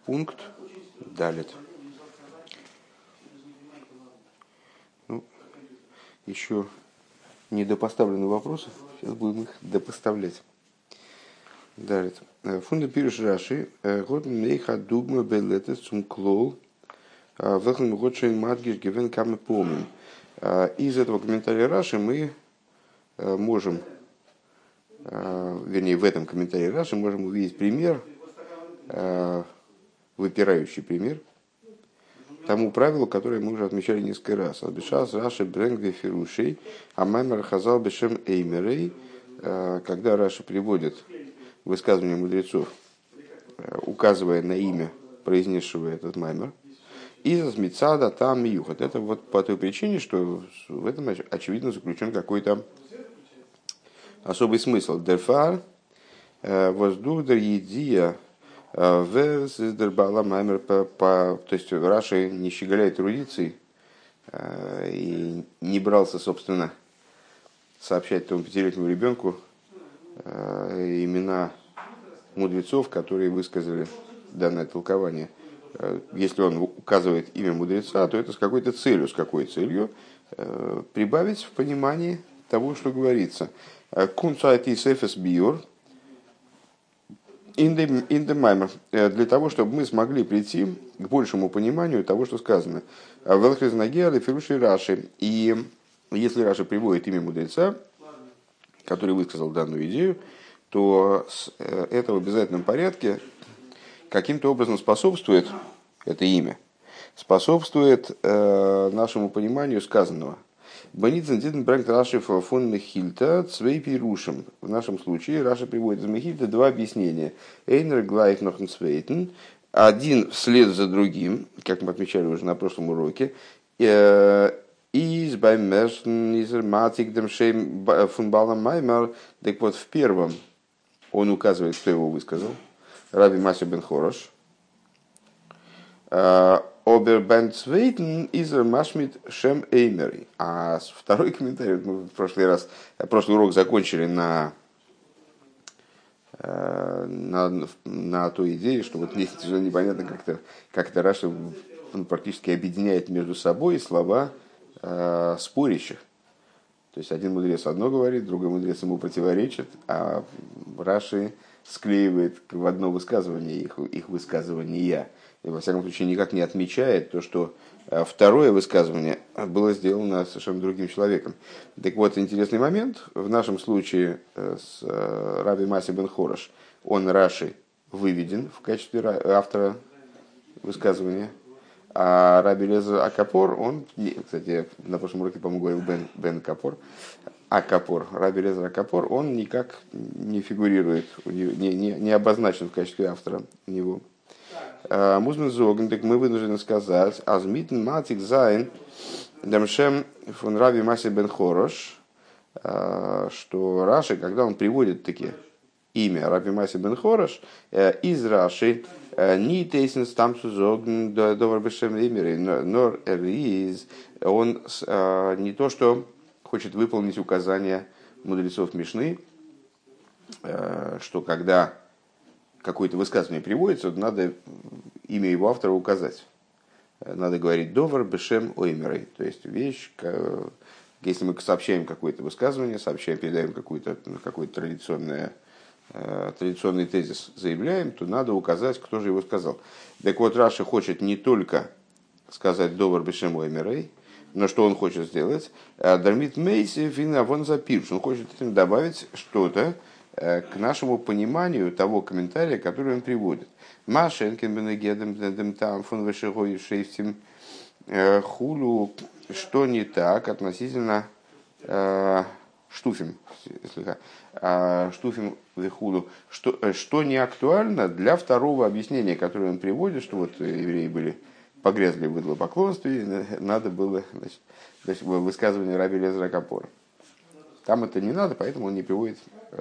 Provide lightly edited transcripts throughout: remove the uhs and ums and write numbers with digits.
Пункт далит. Ну, еще недопоставлены вопросы. Сейчас будем их допоставлять. Далит. Фунда пируш Раши. Год мейха дугма белетес цум клол. Велхан год шейн мадгиш гивен камы помним. Из этого комментария Раши мы можем, вернее, в этом комментарии Раши можем увидеть пример, выпирающий пример тому правилу, которое мы уже отмечали несколько раз. Албишас Раши брэнгве фирушей, а маймер хазал бешем эймерей, когда Раши приводит высказывания мудрецов, указывая на имя произнесшего этот маймер, из мицада там юхат. Это вот по той причине, что в этом очевидно заключен какой-то особый смысл. Дерфар воздухдер едия версдербала маймер, то есть Раши не щеголяет эрудицией и не брался, собственно, сообщать тому пятилетнему ребенку имена мудрецов, которые высказали данное толкование. Если он указывает имя мудреца, то это с какой-то целью. С какой целью? Прибавить в понимании того, что говорится. Кунцайт из эфес биор in the maimer. Для того, чтобы мы смогли прийти к большему пониманию того, что сказано. Велхризнагиали фируши Раши. И если Раши приводит имя мудреца, который высказал данную идею, то это в обязательном порядке каким-то образом способствует, это имя, способствует нашему пониманию сказанного. Бенидзен диден брэнкт Раши фон Мехильта цвей пирушим. В нашем случае Раши приводит из Мехильта два объяснения. Эйнер глайк нохен цвейтен. Один вслед за другим, как мы отмечали уже на прошлом уроке. Из баймершн изер матик демшейм фун балам маймер. Так вот, в первом он указывает, кто его высказал. Раби Маси бен Хорош. Обербенцвейтен изер машмит шем эймери. А второй комментарий, мы в прошлый урок закончили на той идее, что вот здесь уже непонятно, как-то Раши практически объединяет между собой слова спорящих. То есть один мудрец одно говорит, другой мудрец ему противоречит, а Раши склеивает в одно высказывание их высказывания. И, во всяком случае, никак не отмечает то, что второе высказывание было сделано совершенно другим человеком. Так вот, интересный момент. В нашем случае с Раби Маси бен Хорош, он Раши выведен в качестве автора высказывания. А Раби Лезер Акапор, он, кстати, на прошлом уроке, по-моему, говорил Бен Капор, Акапор, Раби Лезер Акапор, он никак не фигурирует, не обозначен в качестве автора у него. Музмен зоген, так мы вынуждены сказать, азмитн матик зайн дамшем фон Раби Маси бен Хорош, что Раши, когда он приводит таки имя Раби Маси бен Хорош, из Раши не тейсен стамсу зоген довар бешем имери, нор эриз, он не то, что хочет выполнить указания мудрецов Мишны, что когда какое-то высказывание приводится, надо имя его автора указать. Надо говорить «довар бешем оймерой», то есть вещь, если мы сообщаем какое-то высказывание, передаем какой-то традиционный тезис, заявляем, то надо указать, кто же его сказал. Так вот, Раши хочет не только сказать «довар бешем оймерой», но что он хочет сделать? «Дармит мейси фина вон запирш». Он хочет этим добавить что-то к нашему пониманию того комментария, который он приводит. Машенкин бенегедем там фон вешегой шейфтим хулу, что не так относительно штуфим вихулу, что не актуально для второго объяснения, которое он приводит, что вот евреи погрязли в идолопоклонстве, надо было, значит, высказывание Раби Лезера Капора. Там это не надо, поэтому он не приводит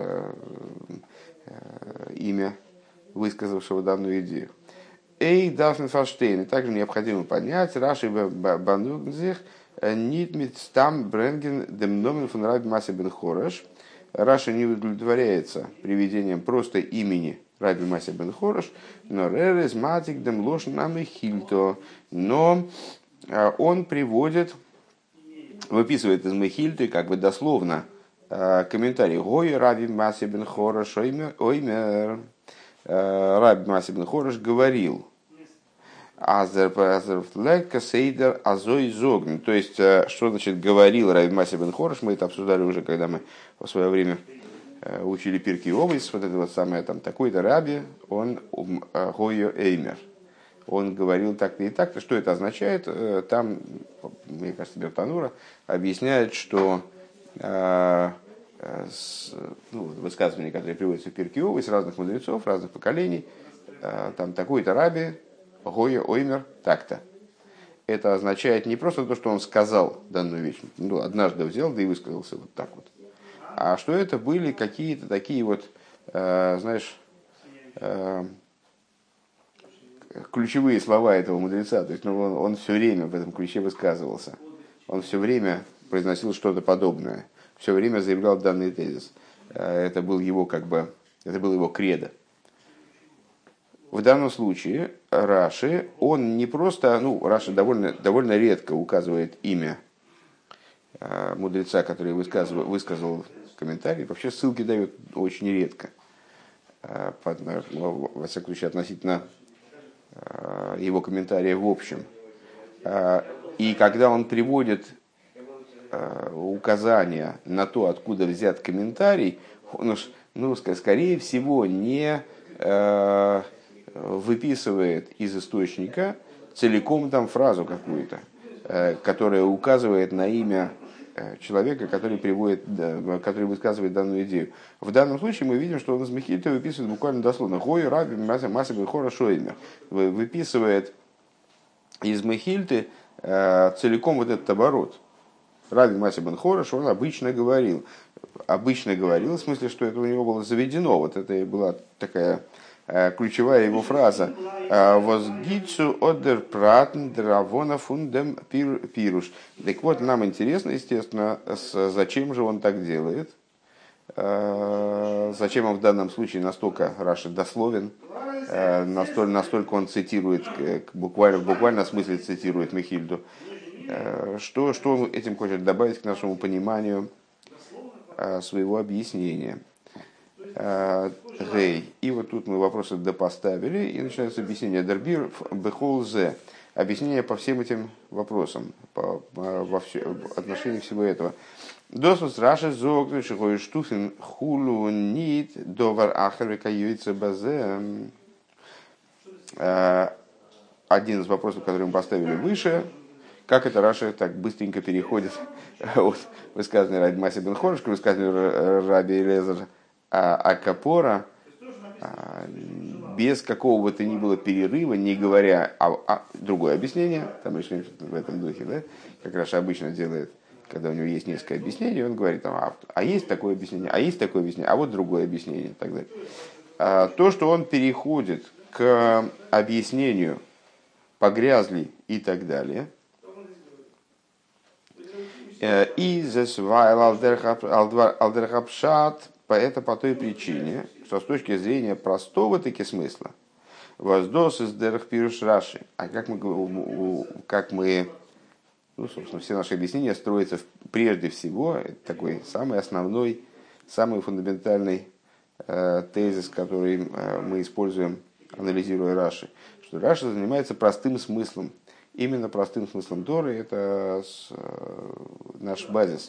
имя высказавшего данную идею. Эй, Дафн Фаштейн. Также необходимо понять, Раши Банугнзих нит мит стам бренген дем номен фон Раби Маси бен Хорош. Раши не удовлетворяется приведением просто имени Раби Маси бен Хорош, но ререз матик дем лош нам и хильто. Но он приводит, выписывает из Мехильты, как бы дословно, комментарий. Гой Раби Маси бен Хорош, оймер. Раби Маси бен Хорош говорил, Азерфлека Сейдер Азой Зогн. То есть, что значит говорил Раби Маси бен Хорош, мы это обсуждали уже, когда мы в свое время учили Пирки Овес, вот это вот самое там, такой-то Раби, он Гойо Эймер. Он говорил так-то и так-то. Что это означает? Там, мне кажется, Бертанура объясняет, что высказывания, которые приводятся в Пирки Овес, разных мудрецов, разных поколений, там такой-то Раби, Гойо Оймер, так-то. Это означает не просто то, что он сказал данную вещь, однажды взял, да и высказался вот так вот, а что это были какие-то такие вот, знаешь, ключевые слова этого мудреца. То есть он все время в этом ключе высказывался. Он все время произносил что-то подобное. Все время заявлял данный тезис. Это был его это был его кредо. В данном случае Раши, он не просто, Раши довольно редко указывает имя мудреца, который высказал комментарий. Вообще ссылки дает очень редко. Во всяком случае, относительно его комментария в общем. И когда он приводит указания на то, откуда взят комментарий, он, скорее всего, не выписывает из источника целиком там фразу какую-то, которая указывает на имя человека, который высказывает данную идею. В данном случае мы видим, что он из Мехильты выписывает буквально дословно «Гой Раби Маси бен Хорош оймер». Выписывает из Мехильты целиком вот этот оборот. Раби Маси бен Хорош, он обычно говорил, в смысле, что это у него было заведено. Вот это и была такая ключевая его фраза. «Возгицу одер пратн дравона фундем пируш». Так вот, нам интересно, естественно, зачем же он так делает. Зачем он в данном случае настолько Раши дословен, настолько он цитирует, в буквальном смысле цитирует Мехильду. Что он этим хочет добавить к нашему пониманию своего объяснения. И вот тут мы вопросы допоставили, и начинается объяснение Дербир Бехолзе. Объяснение по всем этим вопросам, во отношении всего этого. Досус Раши зог, шихой штуфин хулу нит довар ахарика юйца базе. Один из вопросов, который мы поставили выше, как это Раши так быстренько переходит от высказанной Раби Маси бен Хорош к высказанию Раби Элиэзера Акапора, без какого бы то ни было перерыва, не говоря другое объяснение, там решили в этом духе, да, как Раши обычно делает, когда у него есть несколько объяснений, он говорит, а есть такое объяснение, а есть такое объяснение, а вот другое объяснение, и так далее. То, что он переходит к объяснению погрязли и так далее, и засвайл алдерхапшат, это по той причине, что с точки зрения простого таки смысла, воздос из дерхпируш Раши, а как мы, собственно, все наши объяснения строятся прежде всего, это такой самый основной, самый фундаментальный тезис, который мы используем, анализируя Раши, что Раши занимается простым смыслом. Именно простым смыслом Торы – это наш базис.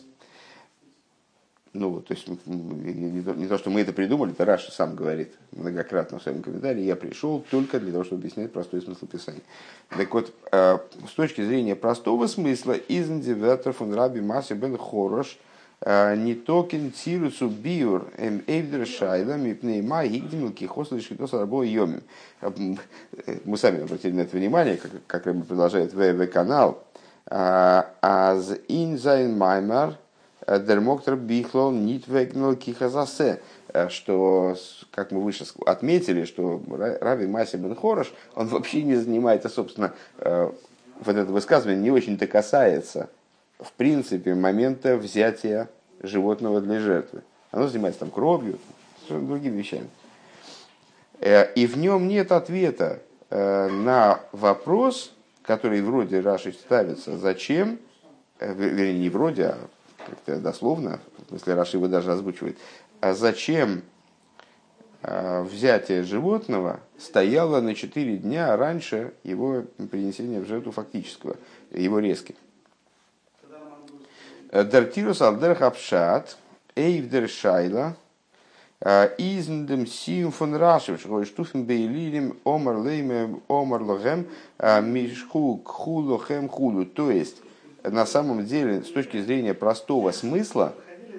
То есть не то, что мы это придумали, это Раши сам говорит многократно в своем комментарии, я пришел только для того, чтобы объяснять простой смысл Писания. Так вот, с точки зрения простого смысла, изндиватор фон Раби Маси бен Хорош не токен цирусу биур эйвдер шайла мипнейма гигдимил кихосла шхитос арбо йомим. Мы сами обратили на это внимание, как Рэбби продолжает ВВ-канал. Аз инзайн маймар дермоктор бихлол нитвегнул кихазасе. Что, как мы выше отметили, что Раби Маси бен Хорош, он вообще не занимается, собственно, вот это высказывание не очень-то касается, в принципе, момента взятия животного для жертвы. Оно занимается там кровью, другими вещами. И в нем нет ответа на вопрос, который вроде Раши ставится, зачем, вернее, не вроде, а как-то дословно, в смысле Раши его даже озвучивает, а зачем взятие животного стояло на 4 дня раньше его принесения в жертву фактического, его резки. Дартирус алдер хапшат, эйвдер шайла, издем сим фон Раши, штуфен бейлилим, омар лейме, омар лохем, мишху кху лохем хулу. То есть, на самом деле, с точки зрения простого смысла,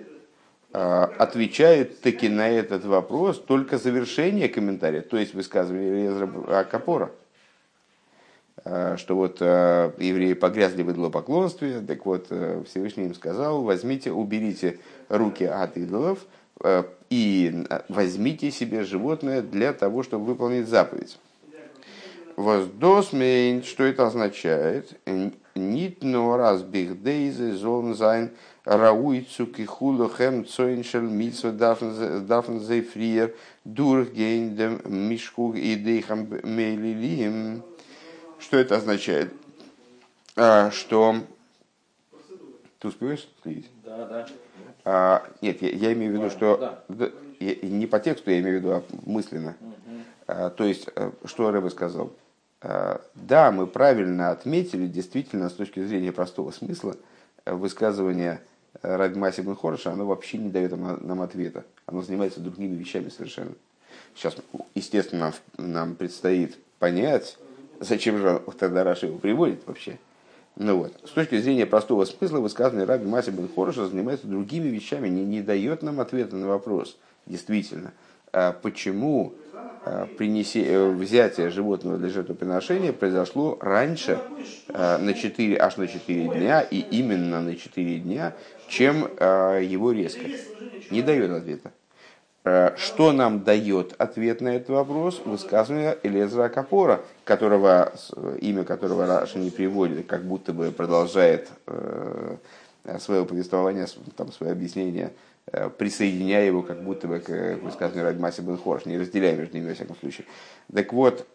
отвечает таки на этот вопрос только завершение комментария, то есть высказывание Элиэзера Капора, что вот евреи погрязли в идолопоклонстве, так вот Всевышний им сказал: возьмите, уберите руки от идолов и возьмите себе животное для того, чтобы выполнить заповедь. Воздосмейн, что это означает? Нит но раз бихдейзе золн зайн рауй цукихулу хэм цойншел митсва дафн зейфриер дургейн дем мишку и дейхам мейлилим. Что это означает? Что... Ты успеваешь следить? Да. Нет, я имею в виду, что... Да, не по тексту, я имею в виду, а мысленно. То есть, что Рэбе сказал? Да, мы правильно отметили, действительно, с точки зрения простого смысла, высказывание Раби Маси бен Хороша, оно вообще не дает нам ответа. Оно занимается другими вещами совершенно. Сейчас, естественно, нам предстоит понять, зачем же тогда Раши его приводит вообще. Ну вот. С точки зрения простого смысла, высказывание Раби Маси бен Хороша занимается другими вещами, не дает нам ответа на вопрос, действительно, почему взятие животного для жертвоприношения произошло раньше, аж на 4 дня, и именно на 4 дня, чем его резко. Не дает ответа. Что нам дает ответ на этот вопрос? Высказывание Элиэзера Капора, имя которого Раши не приводит, как будто бы продолжает свое повествование, там, свое объяснение, присоединяя его как будто бы к высказыванию Раби Маси бен Хорош, не разделяя между ними во всяком случае. Так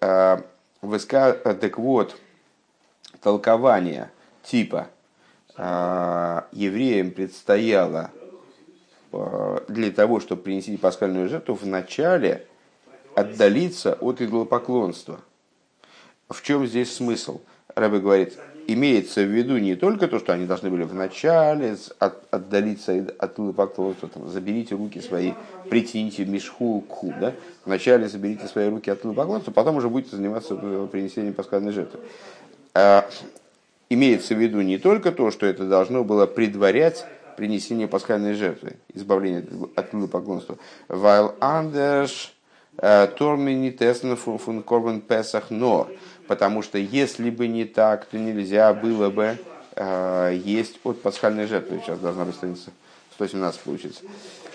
вот, толкование типа евреям предстояло для того, чтобы принести пасхальную жертву, вначале отдалиться от идолопоклонства. В чем здесь смысл? Рабби говорит, имеется в виду не только то, что они должны были вначале отдалиться от идолопоклонства, заберите руки свои, притяните мишху кху, да? Вначале заберите свои руки от идолопоклонства, потом уже будете заниматься принесением пасхальной жертвы. Имеется в виду не только то, что это должно было предварять принесение пасхальной жертвы, избавление от идолопоклонства. Weil anders тормини тесен фун корбан песах нор. Потому что если бы не так, то нельзя было бы есть от пасхальной жертвы. Сейчас должна быть страница 117 получится.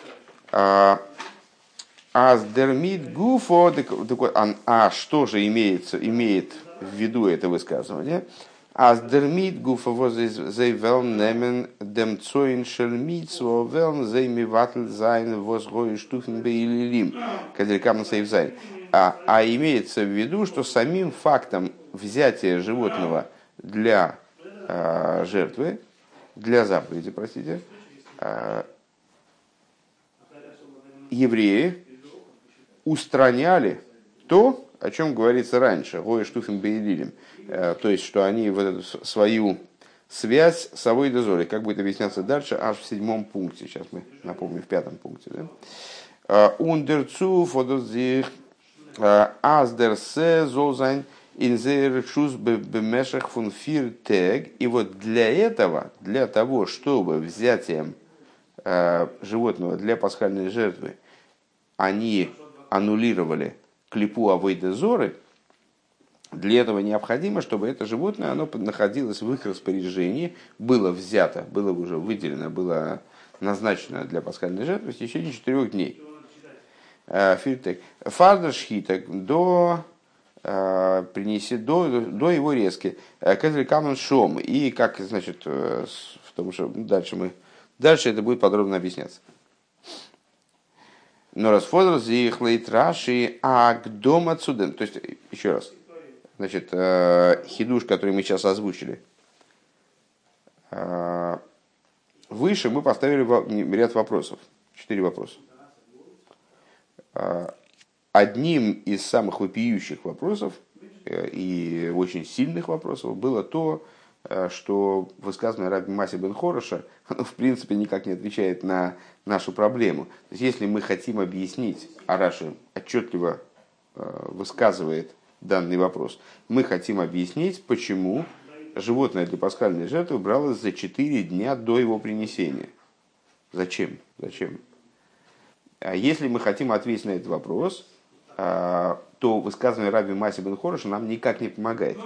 Аздермит гуфо. А что же имеет в виду это высказывание? Аздермит гуфо зей велн немен дем цоин шель митцво велн зей миватль зайн возгой штуфен бейлилим. Кадрикам сейв зайн. А имеется в виду, что самим фактом взятия животного для жертвы, для заповеди, простите, евреи устраняли то, о чем говорится раньше, «Гой штуфим бейлилим», то есть, что они вот эту свою связь с авой дозорой, как будет объясняться дальше, аж в 7 пункте, сейчас мы напомним, в 5 пункте. «Ундерцу фодозих аздерсе золзайн инзер шус бемешах фун фир тег». И вот для этого, для того, чтобы взятием животного для пасхальной жертвы они аннулировали клипу авой дозоры, для этого необходимо, чтобы это животное оно находилось в их распоряжении, было взято, было уже выделено, было назначено для пасхальной жертвы в течение 4 дней. Фардер шхиток до его резки. Кезель камен шом. И как, значит, в том, что дальше это будет подробно объясняться. Но расфодер зихлейт Раши агдом отсюда. То есть, еще раз, значит, хидуш, который мы сейчас озвучили. Выше мы поставили ряд вопросов. 4 вопроса. Одним из самых вопиющих вопросов и очень сильных вопросов было то, что высказывание Раби Маси бен Хороша, оно в принципе никак не отвечает на нашу проблему. То есть, если мы хотим объяснить, а Раши отчетливо высказывает данный вопрос, мы хотим объяснить, почему животное для пасхальной жертвы бралось за 4 дня до его принесения. Зачем? Зачем? А если мы хотим ответить на этот вопрос, то высказывание Раби Маси бен Хороша нам никак не помогает.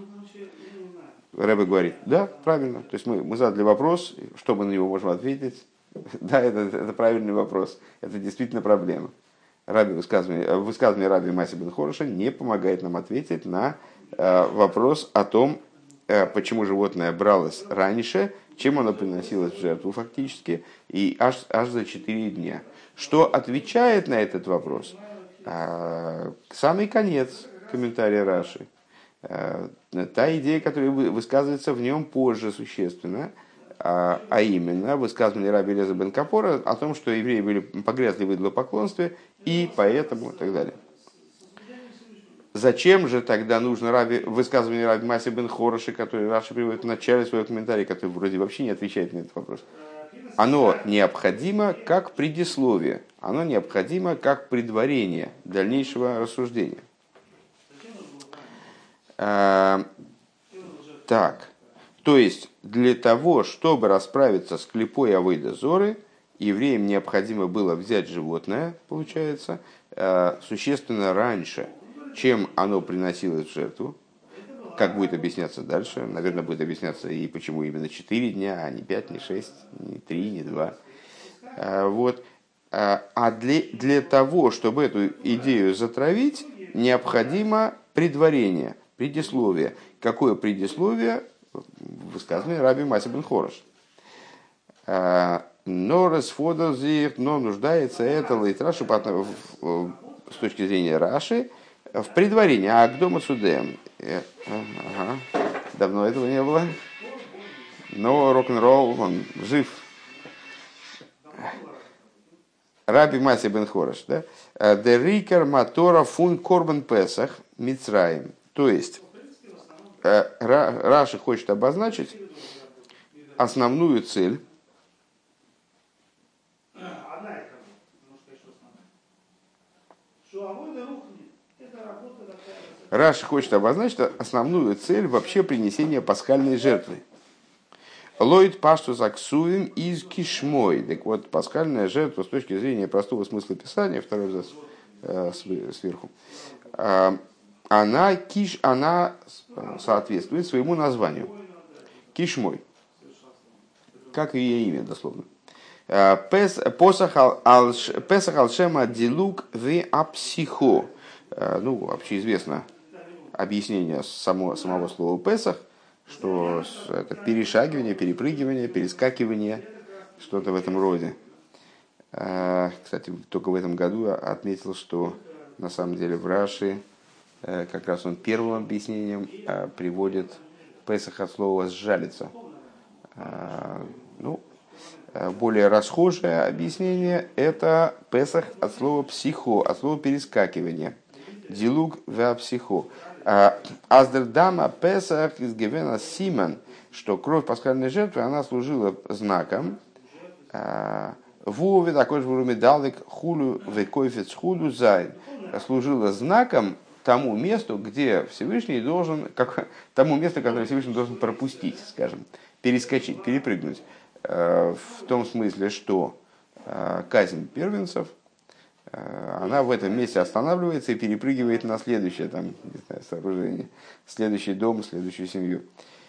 Рэбе говорит, да, правильно. То есть мы задали вопрос, что мы на него можем ответить. Да, это правильный вопрос. Это действительно проблема. Высказывание Раби Маси бен Хороша не помогает нам ответить на вопрос о том, почему животное бралось раньше, чем оно приносилось в жертву фактически, и аж за 4 дня. Что отвечает на этот вопрос? Самый конец комментария Раши. Та идея, которая высказывается в нем позже существенно, а именно высказывание Раби Элиэзера бен Капора о том, что евреи были погрязли в идолопоклонстве, и поэтому и так далее. Зачем же тогда нужно высказывание Раби Маси бен Хороши, которое Раши приводит в начале своего комментария, который вроде вообще не отвечает на этот вопрос? Оно необходимо как предисловие, оно необходимо как предварение дальнейшего рассуждения. Так, то есть для того, чтобы расправиться с клипой авойда зоры, евреям необходимо было взять животное, получается, существенно раньше, чем оно приносилось в жертву. Как будет объясняться дальше? Наверное, будет объясняться и почему именно 4 дня, а не 5, не 6, не 3, не 2. Вот. А для того, чтобы эту идею затравить, необходимо предварение, предисловие. Какое предисловие? Высказывание Раби Маси бен Хорош. Но нуждается это лейтраши с точки зрения Раши в предварении. А к дому судеем. Ага. Давно этого не было. Но рок-н-ролл, он жив. Раби Маси бен Хорош. Дерикер матора фун корбан песах мицраим. То есть, Раши хочет обозначить основную цель. Раши хочет обозначить основную цель вообще принесения пасхальной жертвы. Лоид паштус аксуем из кишмой. Так вот, пасхальная жертва с точки зрения простого смысла писания, второй абзац сверху, она соответствует своему названию. Кишмой. Как ее имя, дословно. Песах алшема дилук ве апсихо. Ну, общеизвестно объяснение самого слова Песах, что это перешагивание, перепрыгивание, перескакивание, что-то в этом роде. Кстати, только в этом году я отметил, что на самом деле в Раши как раз он первым объяснением приводит Песах от слова «сжалиться». Ну, более расхожее объяснение – это Песах от слова «психо», от слова «перескакивание». Дилуг ва психо. Аздердама Песах из Гевена Симон, что кровь пасхальной жертвы, она служила знаком. Вове такой же вурумедалик хулю векойфец худу зайн. Служила знаком тому месту, где Всевышний должен, тому месту, которое Всевышний должен пропустить, скажем, перескочить, перепрыгнуть. В том смысле, что казнь первенцев, она в этом месте останавливается и перепрыгивает на следующее там, не знаю, сооружение, следующий дом, следующую семью.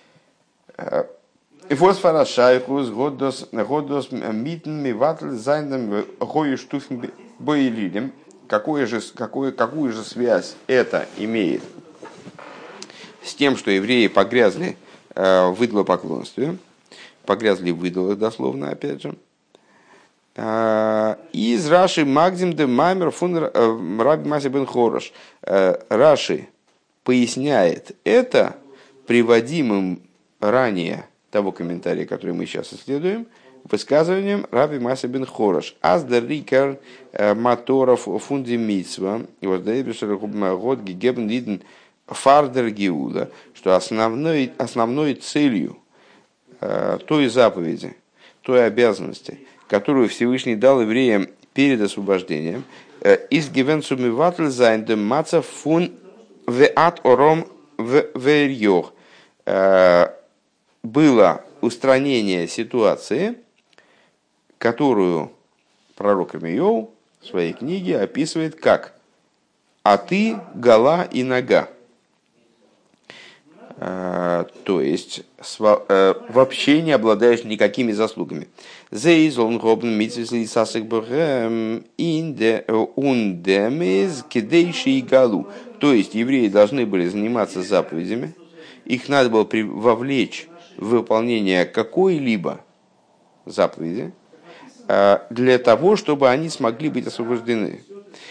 Фосфора шайхус годос митн миватль зайндам гою штуфен бойлидем. Какую же связь это имеет с тем, что евреи погрязли в идолопоклонстве, погрязли в идолах, дословно, опять же. Из Раши Магдим де Маймер фун Раби Маси бен Хорош. Раши поясняет это приводимым ранее того комментария, который мы сейчас исследуем, высказыванием Раби Маси бен Хорош. Аздер рикер моторов фунди митсва, год гегебен лиден фардер гиуда, что основной целью той заповеди, той обязанности, которую Всевышний дал евреям перед освобождением, из гивенцуми ватль зайн дем маца фун веат ором верьох, было устранение ситуации, которую пророк Ирмияу в своей книге описывает как «А ты, гола и нога». То есть вообще не обладаешь никакими заслугами. То есть евреи должны были заниматься заповедями, их надо было вовлечь в выполнение какой-либо заповеди для того, чтобы они смогли быть освобождены.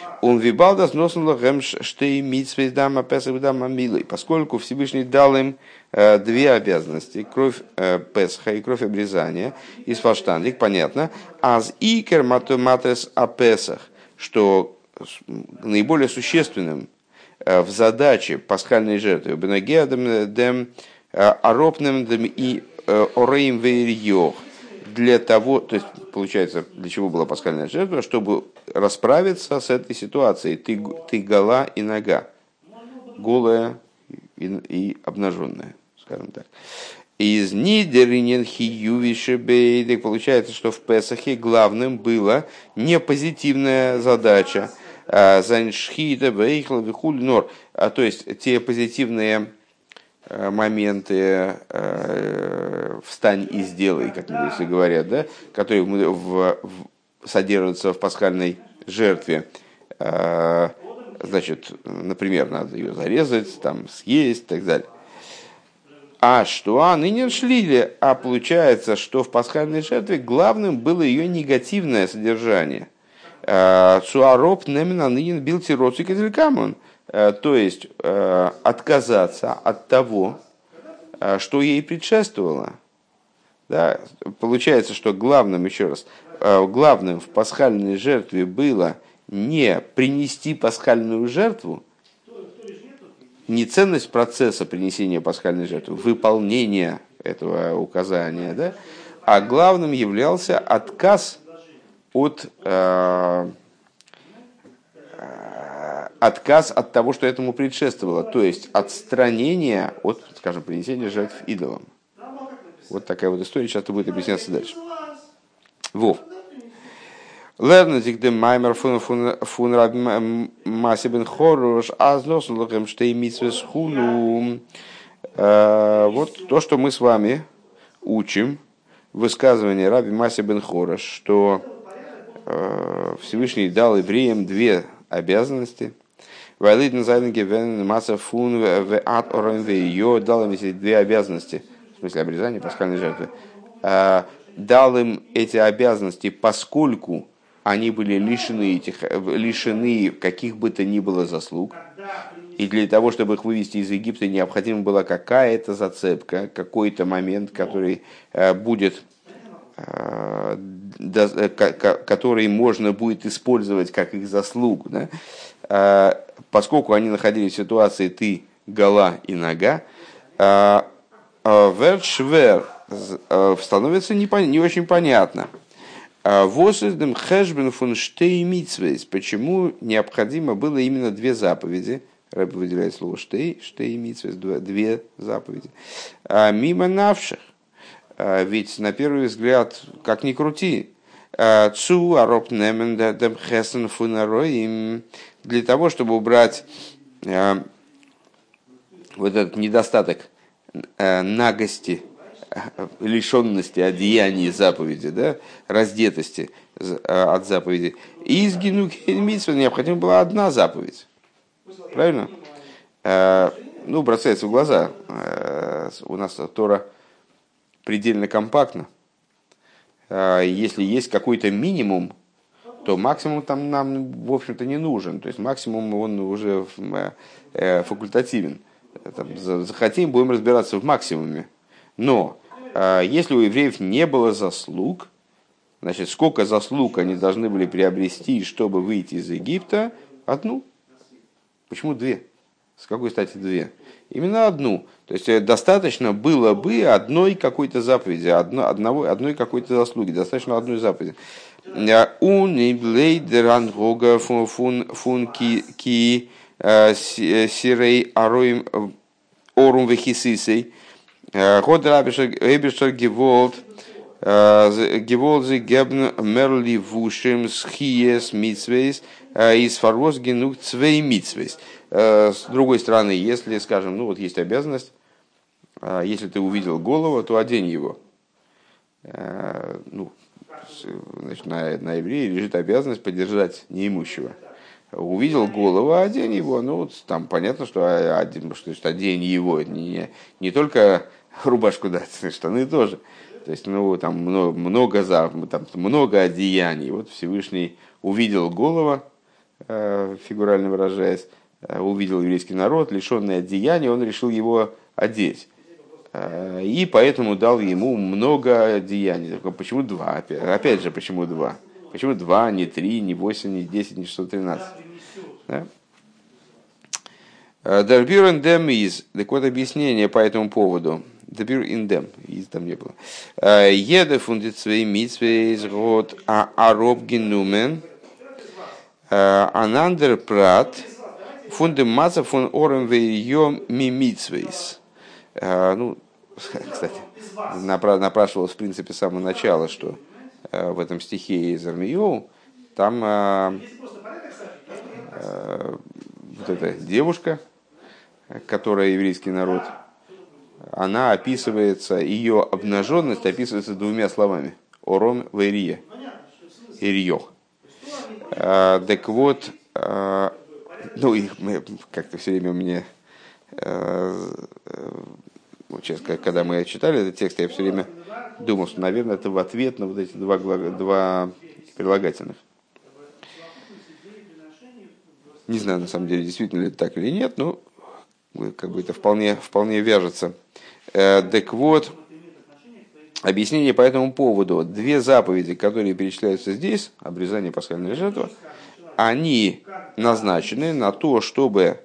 Поскольку Всевышний дал им две обязанности, кровь Песха и кровь обрезания, из фаштандик, понятно, аз икер матрес апесах, что наиболее существенным в задаче пасхальной жертвы, бенагеадем дем аропнем дем и ореим вейрьох, для того, то есть, получается, для чего была пасхальная жертва, чтобы расправиться с этой ситуацией. Ты гола и нога. Голая и обнаженная, скажем так. Из нидеринен хиювишебейдек получается, что в Песахе главным была не позитивная задача, заншхида вейхл вихуль нор, то есть те позитивные моменты «встань и сделай», как если говорят, да, которые содержатся в пасхальной жертве. Значит, например, надо ее зарезать, там, съесть и так далее. А что? Ныне шлили. А получается, что в пасхальной жертве главным было ее негативное содержание. Суароп немена нынен бил тироцик и камон. То есть отказаться от того, что ей предшествовало. Да? Получается, что главным, еще раз, главным в пасхальной жертве было не принести пасхальную жертву, не ценность процесса принесения пасхальной жертвы, выполнения этого указания, да? А главным являлся отказ от того, что этому предшествовало, то есть отстранение от, скажем, принесения жертв идолам. Вот такая вот история, сейчас это будет объясняться дальше. Вов. Лернетик де маймер фун раби Маси бен Хорош, азнос лохем штей митсвес хулу. Вот то, что мы с вами учим в высказывании раби Маси бен Хорош, что Всевышний дал евреям две обязанности. Вайлиден зайнге вен масса фун в ат орен вейо, дал им эти две обязанности, в смысле обрезания пасхальной жертвы, дал им эти обязанности, поскольку они были лишены каких бы то ни было заслуг, и для того, чтобы их вывести из Египта, необходима была какая-то зацепка, какой-то момент, который будет, который можно будет использовать как их заслугу, да? Поскольку они находились в ситуации «ты, гола и нога», вершвер становится не очень понятно. Почему необходимо было именно две заповеди? Рэбби выделяет слово «штей», «штей митцвес», две заповеди. Мимо навших, ведь на первый взгляд, как ни крути, цу ароп немен дем хесен фунароим, для того, чтобы убрать вот этот недостаток нагости, лишенности от деяний заповеди, да, раздетости от заповеди. Из генукельмитсва необходима была одна заповедь. Правильно? Ну, бросается в глаза. У нас Тора предельно компактна. если есть какой-то минимум, то максимум там нам, в общем-то, не нужен. То есть максимум он уже факультативен. Там, захотим, будем разбираться в максимуме. Но если у евреев не было заслуг, значит, сколько заслуг они должны были приобрести, чтобы выйти из Египта? Одну. Почему две? С какой стати две? Именно одну. То есть достаточно было бы одной какой-то заповеди, одной какой-то заслуги. Достаточно одной заповеди. Униблейдерангога функи сирей ароим орум вехисисей. Год рабишер геволт. Геволзе гебн мерли вушем схиес митсвейс из фарвоз генук цвей митсвейс. С другой стороны, если, скажем, ну вот есть обязанность, если ты увидел голову, то одень его. Ну, значит, на евреи лежит обязанность поддержать неимущего. Увидел голову, одень его. Ну, вот там понятно, что одень его. Это не только рубашку дать, штаны тоже. То есть, ну, там много одеяний. Вот Всевышний увидел голову, фигурально выражаясь, увидел еврейский народ, лишенный одеяния, он решил его одеть. И поэтому дал ему много одеяний. Почему два? Опять же, почему два? Почему два, не три, не 8, не 10, не 613? Дербюр индем из. Так вот, объяснение по этому поводу. Дербюр индем. Из там не было. Еде фундит свои митсвей из год ароб генумен. Анандер прат. Фундем маза фун орем вейем мимитсвейс. Ну, кстати, напрашивалось в принципе с самого начала, что в этом стихе из Армиёу там вот эта девушка, которая еврейский народ, она описывается, ее обнаженность описывается двумя словами: ором вейрие, ирьё. Так вот, ну и как-то все время у меня, сейчас, когда мы читали этот текст, я все время думал, что, наверное, это в ответ на вот эти два прилагательных. Не знаю, на самом деле, действительно ли это так или нет, но как бы это вполне вяжется. Так вот, объяснение по этому поводу. Две заповеди, которые перечисляются здесь, обрезание, пасхальная жертва, они назначены на то, чтобы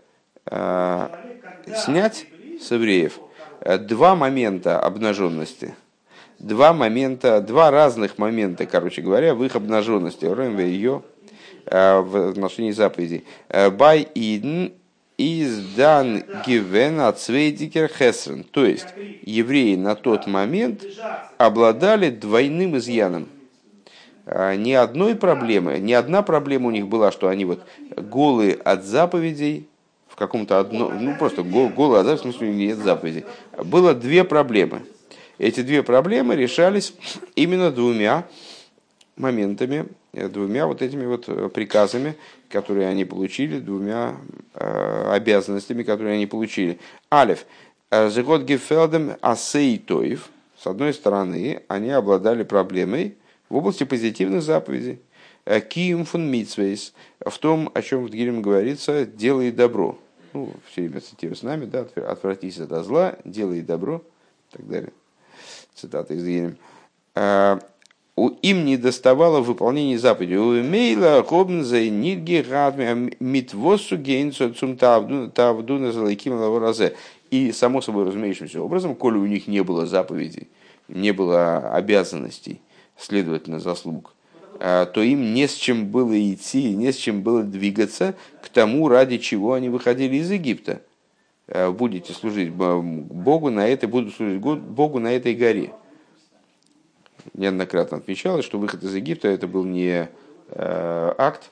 снять с евреев два момента обнаженности. Два разных момента, короче говоря, в их обнаженности. Ее в отношении заповедей. Бай идн издан гивен ацвейдикер хесрен. То есть, евреи на тот момент обладали двойным изъяном. Ни одна проблема у них была, что они вот голые от заповедей, в каком-то одном, ну просто голые от заповедей, в смысле нет заповедей. Было две проблемы. Эти две проблемы решались именно двумя моментами, двумя вот этими вот приказами, которые они получили, двумя обязанностями, которые они получили. Алеф. Зегот гефелдем асейтоев. С одной стороны, они обладали проблемой в области позитивных заповедей. Киим фун митсвейс. В том, о чем в Тгилем говорится, делай добро. Ну, все время цитирую с нами, да, отвратись от зла, делай добро, и так далее. Цитата из Тгилем. Им не доставало выполнения заповедей. У Мейла Хобнзей Нильги Радми Митвосу Гейнсу Цум Тавдуна Залайким Лаворазе. И само собой разумеющимся образом, коли у них не было заповедей, не было обязанностей, следовательно, заслуг, то им не с чем было идти, не с чем было двигаться к тому, ради чего они выходили из Египта. Будете служить Богу на этой, будут служить Богу на этой горе. Неоднократно отмечалось, что выход из Египта это был не акт,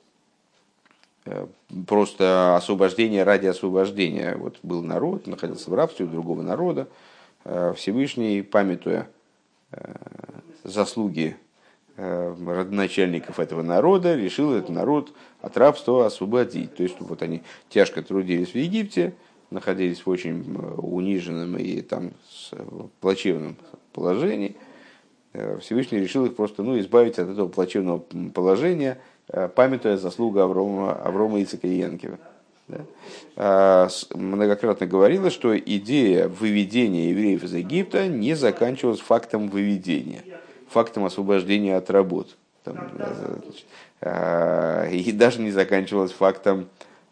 просто освобождение ради освобождения. Вот был народ, находился в рабстве у другого народа. Всевышний, памятуя заслуги родоначальников этого народа, решил этот народ от рабства освободить. То есть вот они тяжко трудились в Египте, находились в очень униженном и там плачевном положении. Всевышний решил их просто избавить от этого плачевного положения, памятуя заслугу Аврома, Ицхака и Янкива. Да? Многократно говорилось, что идея выведения евреев из Египта не заканчивалась фактом выведения, фактом освобождения от работ. И даже не заканчивалась фактом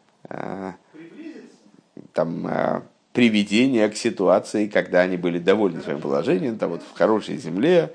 приведения к ситуации, когда они были довольны своим положением, в хорошей земле,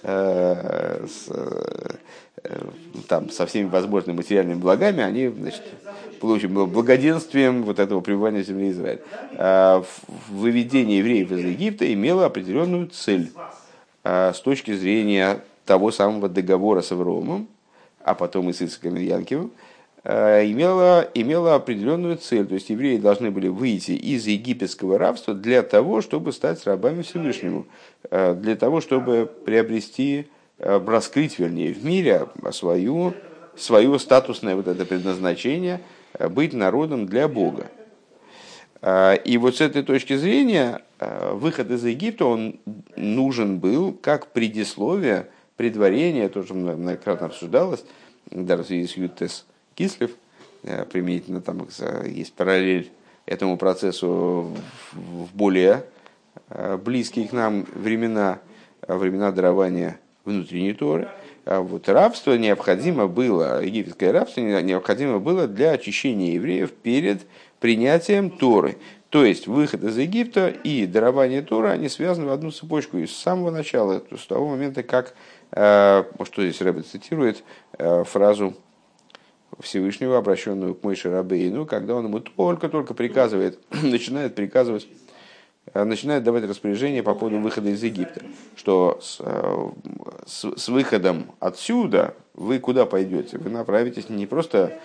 со всеми возможными материальными благами, они получили благоденствием этого пребывания в земле Израиля. Выведение евреев из Египта имело определенную цель с точки зрения того самого договора с Авромом, а потом и с Ицхаком и Янкивом, имела определенную цель. То есть евреи должны были выйти из египетского рабства для того, чтобы стать рабами Всевышнему, для того, чтобы приобрести, раскрыть, вернее, в мире свое статусное это предназначение, быть народом для Бога. И с этой точки зрения выход из Египта, он нужен был как предисловие, предварение, тоже многократно обсуждалось, даже в связи с Ютес Кислев, применительно есть параллель этому процессу в более близкие к нам времена дарования внутренней Торы. Рабство необходимо было, египетское рабство необходимо было для очищения евреев перед принятием Торы. То есть выход из Египта и дарование Торы, они связаны в одну цепочку. И с самого начала, с того момента, как, что здесь Ребе цитирует, фразу Всевышнего, обращенную к Моше Рабейну, когда он ему только-только приказывает, начинает давать распоряжение по поводу выхода из Египта, что с выходом отсюда вы куда пойдете? Вы направитесь не просто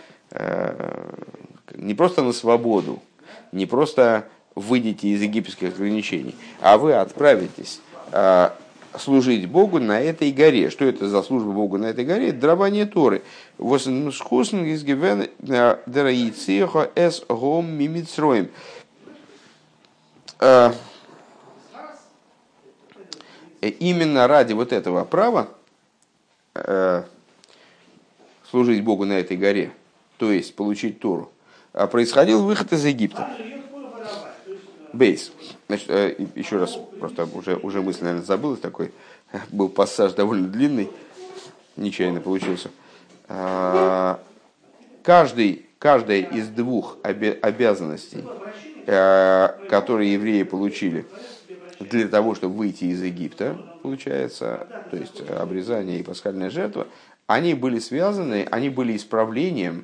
на свободу, не просто выйдете из египетских ограничений, а вы отправитесь служить Богу на этой горе. Что это за служба Богу на этой горе? Это дарование Торы. Именно ради этого права служить Богу на этой горе, то есть получить Тору, происходил выход из Египта. Бейс. Значит, еще раз, просто уже мысль, наверное, забылась, такой был пассаж довольно длинный, нечаянно получился. Каждая из двух обязанностей, которые евреи получили для того, чтобы выйти из Египта, получается, то есть обрезание и пасхальная жертва, они были связаны, они были исправлением,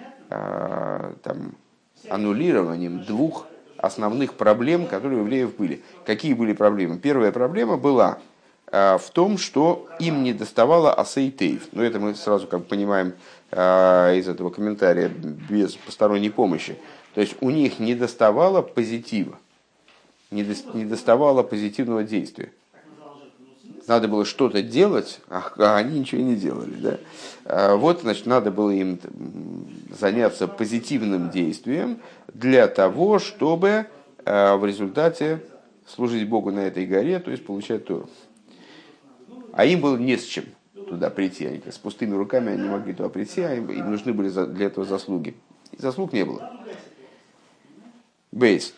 аннулированием двух основных проблем, которые у евреев были. Какие были проблемы? Первая проблема была в том, что им не доставало асейтейв. Но это мы сразу понимаем из этого комментария без посторонней помощи. То есть у них не доставало позитива, не доставало позитивного действия. Надо было что-то делать, а они ничего не делали. Да? Значит, надо было им заняться позитивным действием для того, чтобы в результате служить Богу на этой горе, то есть получать Тору. А им было не с чем туда прийти. Они с пустыми руками они не могли туда прийти, а им нужны были для этого заслуги. И заслуг не было. Бейс.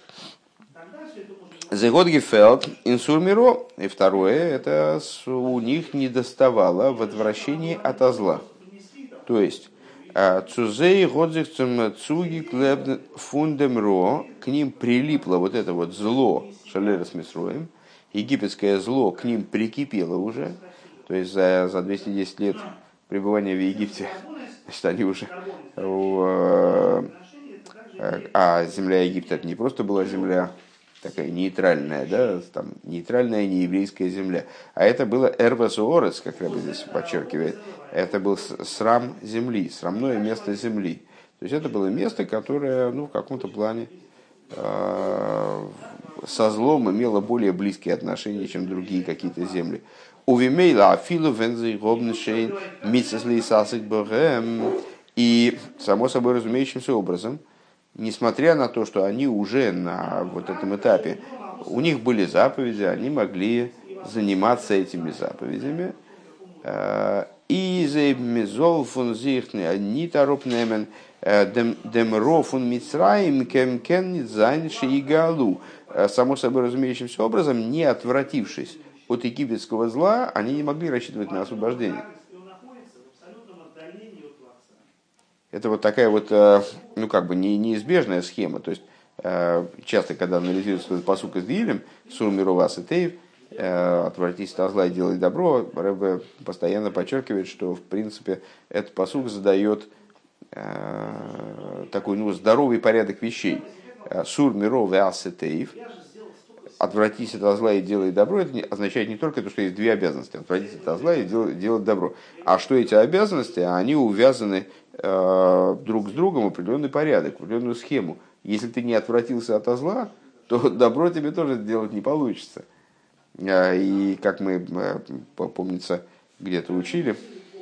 Зегодгефелд инсурмиро. И второе, это у них не доставало в отвращении от зла. То есть, цузей годзихцем цуги клебн фундемро, к ним прилипло это зло, шалерас мисроем, египетское зло к ним прикипело уже, то есть за 210 лет пребывания в Египте, значит, они уже... А земля Египта это не просто была земля такая нейтральная, да, нейтральная нееврейская земля, а это было эрвасуорес, как Ребе здесь подчеркивает, это был срам земли, срамное место земли. То есть это было место, которое в каком-то плане со злом имело более близкие отношения, чем другие какие-то земли. И, само собой разумеющимся образом, несмотря на то, что они уже на этом этапе, у них были заповеди, они могли заниматься этими заповедями. И за мезол фун зихны не торопнемен демро фун мицраим кен нит зайнши и галу. Само собой разумеющимся образом, не отвратившись от египетского зла, они не могли рассчитывать на освобождение. Это вот такая вот, ну как бы неизбежная схема. То есть часто, когда анализируется этот пасук из Дилем, Сур Мирова Сетеев, отвратись от зла и делай добро, Ребе постоянно подчеркивает, что в принципе этот пасук задает такой здоровый порядок вещей. Сур Мирова Сетеев, отвратись от зла и делай добро, это означает не только то, что есть две обязанности, отвратись от зла и делать добро, а что эти обязанности, они увязаны друг с другом в определенный порядок, в определенную схему. Если ты не отвратился от зла, то добро тебе тоже делать не получится. И как мы, помнится, где-то учили,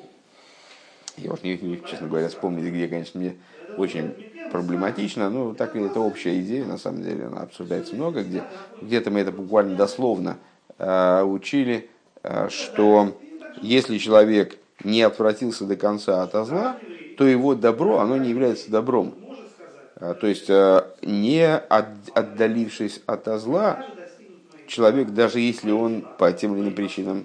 я вот не, честно говоря, вспомнить, где, конечно, мне очень проблематично, но так и это общая идея, на самом деле, она обсуждается много где. Где-то мы это буквально дословно учили, что если человек не отвратился до конца от зла, то его добро, оно не является добром. То есть, не отдалившись от зла, человек, даже если он по тем или иным причинам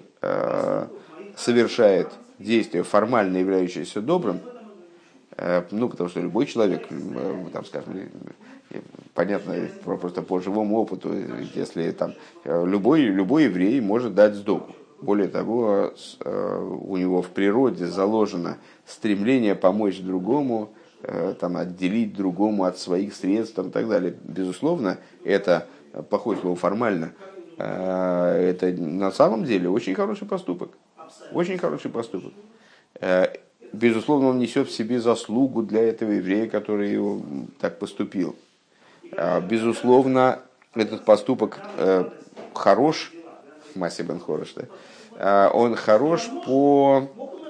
совершает действие, формально являющееся добрым, ну, потому что любой человек, там, скажем, понятно, просто по живому опыту, если там любой еврей может дать сдоку. Более того, у него в природе заложено стремление помочь другому, там, отделить другому от своих средств и так далее. Безусловно, это, плохое слово, формально, это на самом деле очень хороший поступок. Очень хороший поступок. Безусловно, он несет в себе заслугу для этого еврея, который так поступил. Безусловно, этот поступок хорош, Маси бен Хорош, да? Он хорош по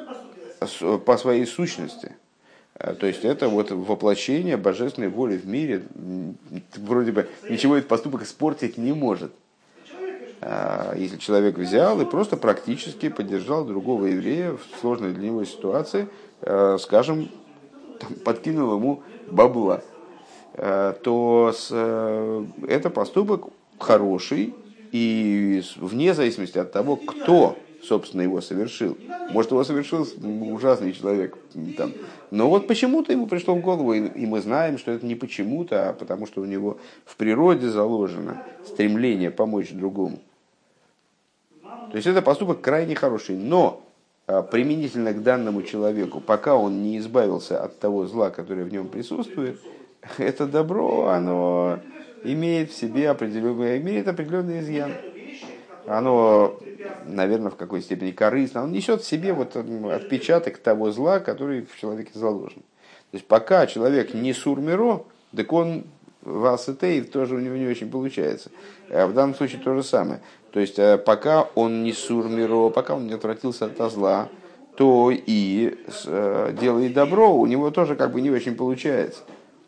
своей сущности. То есть это вот воплощение божественной воли в мире. Вроде бы ничего этот поступок испортить не может. Если человек взял и просто практически поддержал другого еврея в сложной для него ситуации, скажем, подкинул ему бабла, то это поступок хороший, и вне зависимости от того, кто, собственно, его совершил. Может, его совершил ужасный человек. Там. Но вот почему-то ему пришло в голову, и мы знаем, что это не почему-то, а потому что у него в природе заложено стремление помочь другому. То есть это поступок крайне хороший, но применительно к данному человеку, пока он не избавился от того зла, которое в нем присутствует, это добро, оно имеет в себе определенный изъян. Оно, наверное, в какой-то степени корыстно. Он несет в себе вот отпечаток того зла, который в человеке заложен. То есть пока человек не сурмиро, так он васетей тоже у него не очень получается. В данном случае то же самое. То есть пока он не сурмиро, пока он не отвратился от зла, то и делает добро, у него тоже как бы не очень получается.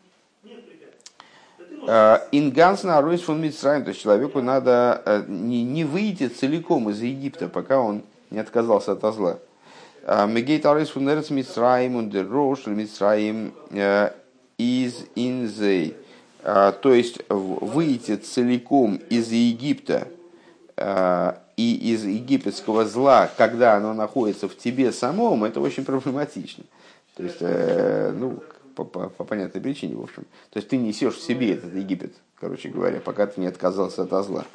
Ингансна Ройс фон Мицраим, то есть человеку надо не выйти целиком из Египта, пока он не отказался от зла. Мегейт Ройс фон Эрц Мицраим und der Rosh Мицраим из Инзей. То есть выйти целиком из Египта и из египетского зла, когда оно находится в тебе самом, это очень проблематично. То есть, ну, по понятной причине, в общем. То есть ты несешь в себе этот Египет, короче говоря, пока ты не отказался от зла.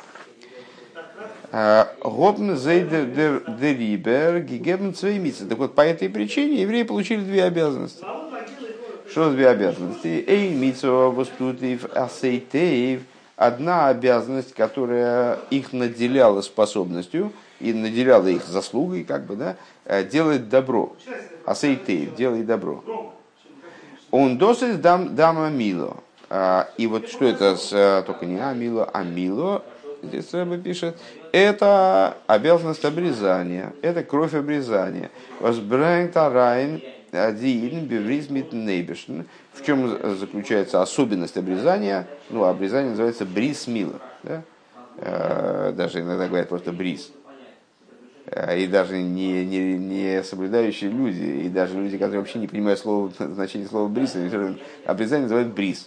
Гобн зейдер дерибер гигебн цвеймица. Так вот, по этой причине евреи получили две обязанности. Что за две обязанности? Эй митцва востутив асейтеев. Одна обязанность, которая их наделяла способностью и наделяла их заслугой, как бы, да, делать добро. Асейтеев, делай добро. Он досит дама мило. И вот что это, только не амило, а мило, здесь Рэбе пишет, это обязанность обрезания, это кровь обрезания. В чем заключается особенность обрезания? Ну, обрезание называется бриз мила. Да? Даже иногда говорят просто бриз. и даже не соблюдающие люди, и даже люди, которые вообще не понимают значение слова брис, обрезание называют брис.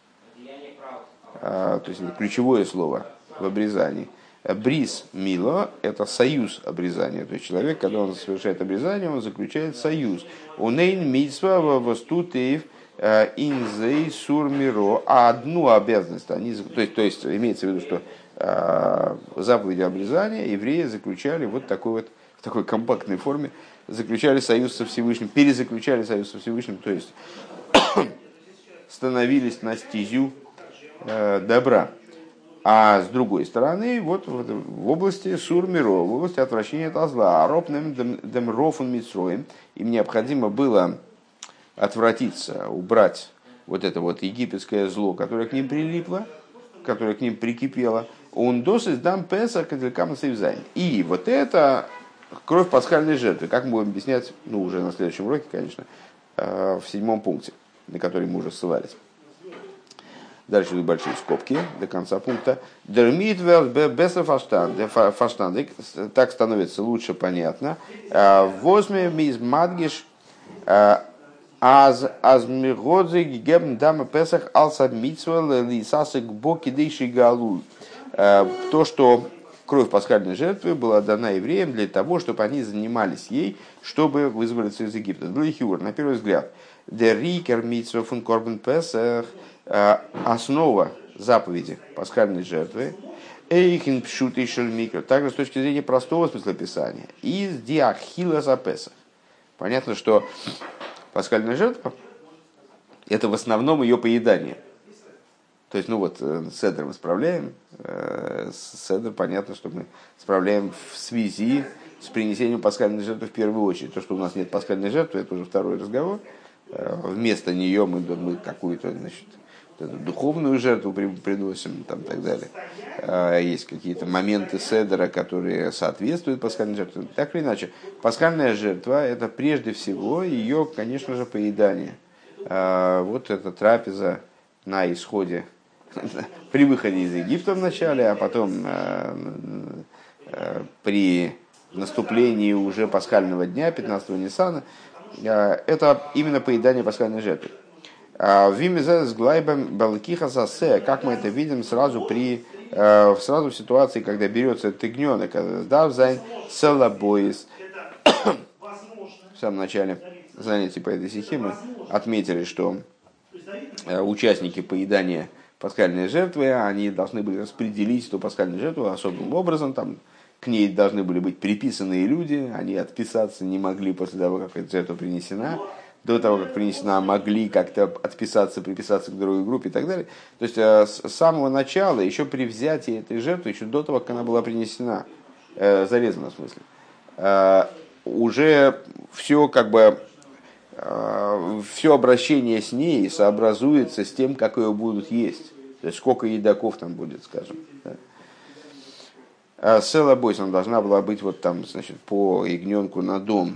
То есть это ключевое слово в обрезании. Брис мило – это союз обрезания. То есть человек, когда он совершает обрезание, он заключает союз. Унейн митсва востутеев инзей сур миро. А одну обязанность, они, то есть имеется в виду, что заповеди обрезания евреи заключали вот такой вот, в такой компактной форме, заключали союз со Всевышним, перезаключали союз со Всевышним, то есть становились на стезю добра. А с другой стороны, вот в области сур-миро, в области отвращения от зла, ропным демрофун митсроем, им необходимо было отвратиться, убрать вот это вот египетское зло, которое к ним прилипло, которое к ним прикипело. Он досыс дам песах кадрикам сейвзайн. И вот это кровь пасхальной жертвы, как мы будем объяснять, ну уже на следующем уроке, конечно, в 7 пункте, на который мы уже ссылались. Дальше идут большие скобки до конца пункта. Так становится лучше понятно. Возьми миз мадгиш аз миродзе гебн дама песах алсад митсвел лисасик боки дейши галуль. То, что кровь пасхальной жертвы была дана евреям для того, чтобы они занимались ей, чтобы вызволиться из Египта. На первый взгляд. Der Riker Mitzvah von Korban Pesach, основа заповеди пасхальной жертвы, Эйхин Пшут и Шельмикро, также с точки зрения простого смысла Писания, из Диахила за Песах. Понятно, что пасхальная жертва – это в основном ее поедание. То есть, ну вот, седр мы справляем, седр, понятно, что мы справляем в связи с принесением пасхальной жертвы в первую очередь. То, что у нас нет пасхальной жертвы, это уже второй разговор. Вместо нее мы какую-то, значит, духовную жертву приносим, там, и так далее. Есть какие-то моменты седера, которые соответствуют пасхальной жертве. Так или иначе, пасхальная жертва – это прежде всего ее, конечно же, поедание. Вот эта трапеза на исходе, при выходе из Египта вначале, а потом при наступлении уже пасхального дня, 15-го Ниссана, это именно поедание пасхальной жертвы. Вимиза с глайбом балкиха засе, как мы это видим сразу в ситуации, когда берется этот ягненок, давзайн салабоис. В самом начале занятий по этой стихе мы отметили, что участники поедания пасхальной жертвы, они должны были распределить эту пасхальную жертву особым образом, там к ней должны были быть приписанные люди, они отписаться не могли после того, как эта жертва принесена, до того, как принесена, могли как-то отписаться, приписаться к другой группе и так далее. То есть с самого начала, еще при взятии этой жертвы, еще до того, как она была принесена, зарезана в смысле, уже все как бы, все обращение с ней сообразуется с тем, как ее будут есть. То есть сколько едоков там будет, скажем. Села бойс, она должна была быть вот там, значит, по ягненку на дом.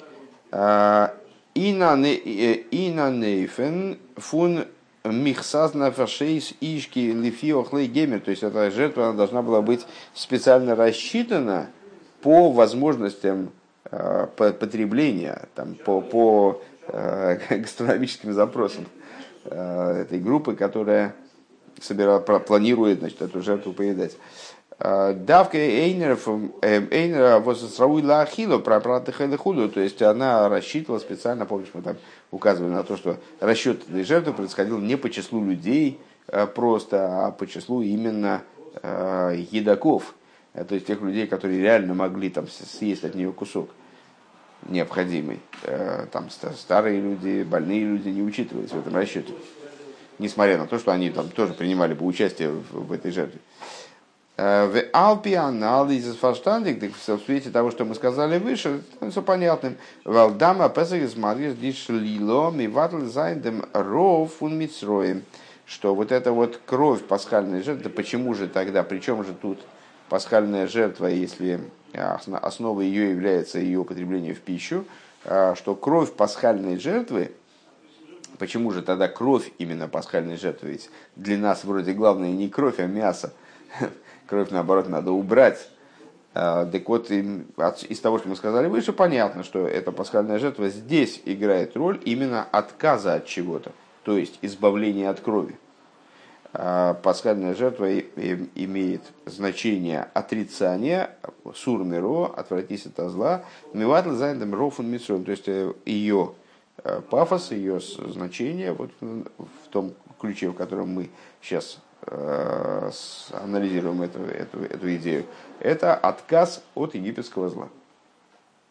Ина нейфен фун михсазна фашейс ишки лифиохлей гемер. То есть эта жертва она должна была быть специально рассчитана по возможностям потребления, там, по гастрономическим запросам этой группы, которая планирует, значит, эту жертву поедать. Давка Эйнера возрастровой лахило про худу, то есть она рассчитывала специально, помнишь, мы там указывали на то, что расчет этой жертвы происходил не по числу людей просто, а по числу именно едоков, то есть тех людей, которые реально могли там съесть от нее кусок необходимый. Там старые люди, больные люди не учитывались в этом расчете, несмотря на то, что они там тоже принимали бы участие в этой жертве. В Алпи анализ фарштандик, в свете того, что мы сказали выше, все понятным. Валдама песах из мадрис дишлило миватл зайндем ров фун мицроем. Что вот эта вот кровь пасхальной жертвы, почему же тогда, причем же тут пасхальная жертва, если основой ее является ее употребление в пищу, что кровь пасхальной жертвы, почему же тогда кровь именно пасхальной жертвы? Ведь для нас вроде главное не кровь, а мясо. Кровь, наоборот, надо убрать. Так вот, из того, что мы сказали выше, понятно, что эта пасхальная жертва здесь играет роль именно отказа от чего-то, то есть избавления от крови. Пасхальная жертва имеет значение отрицания, сурмиро, отвратись от зла, миватл зайндем рофун митсром, то есть ее пафос, ее значение вот в том ключе, в котором мы сейчас анализируем эту идею, это отказ от египетского зла.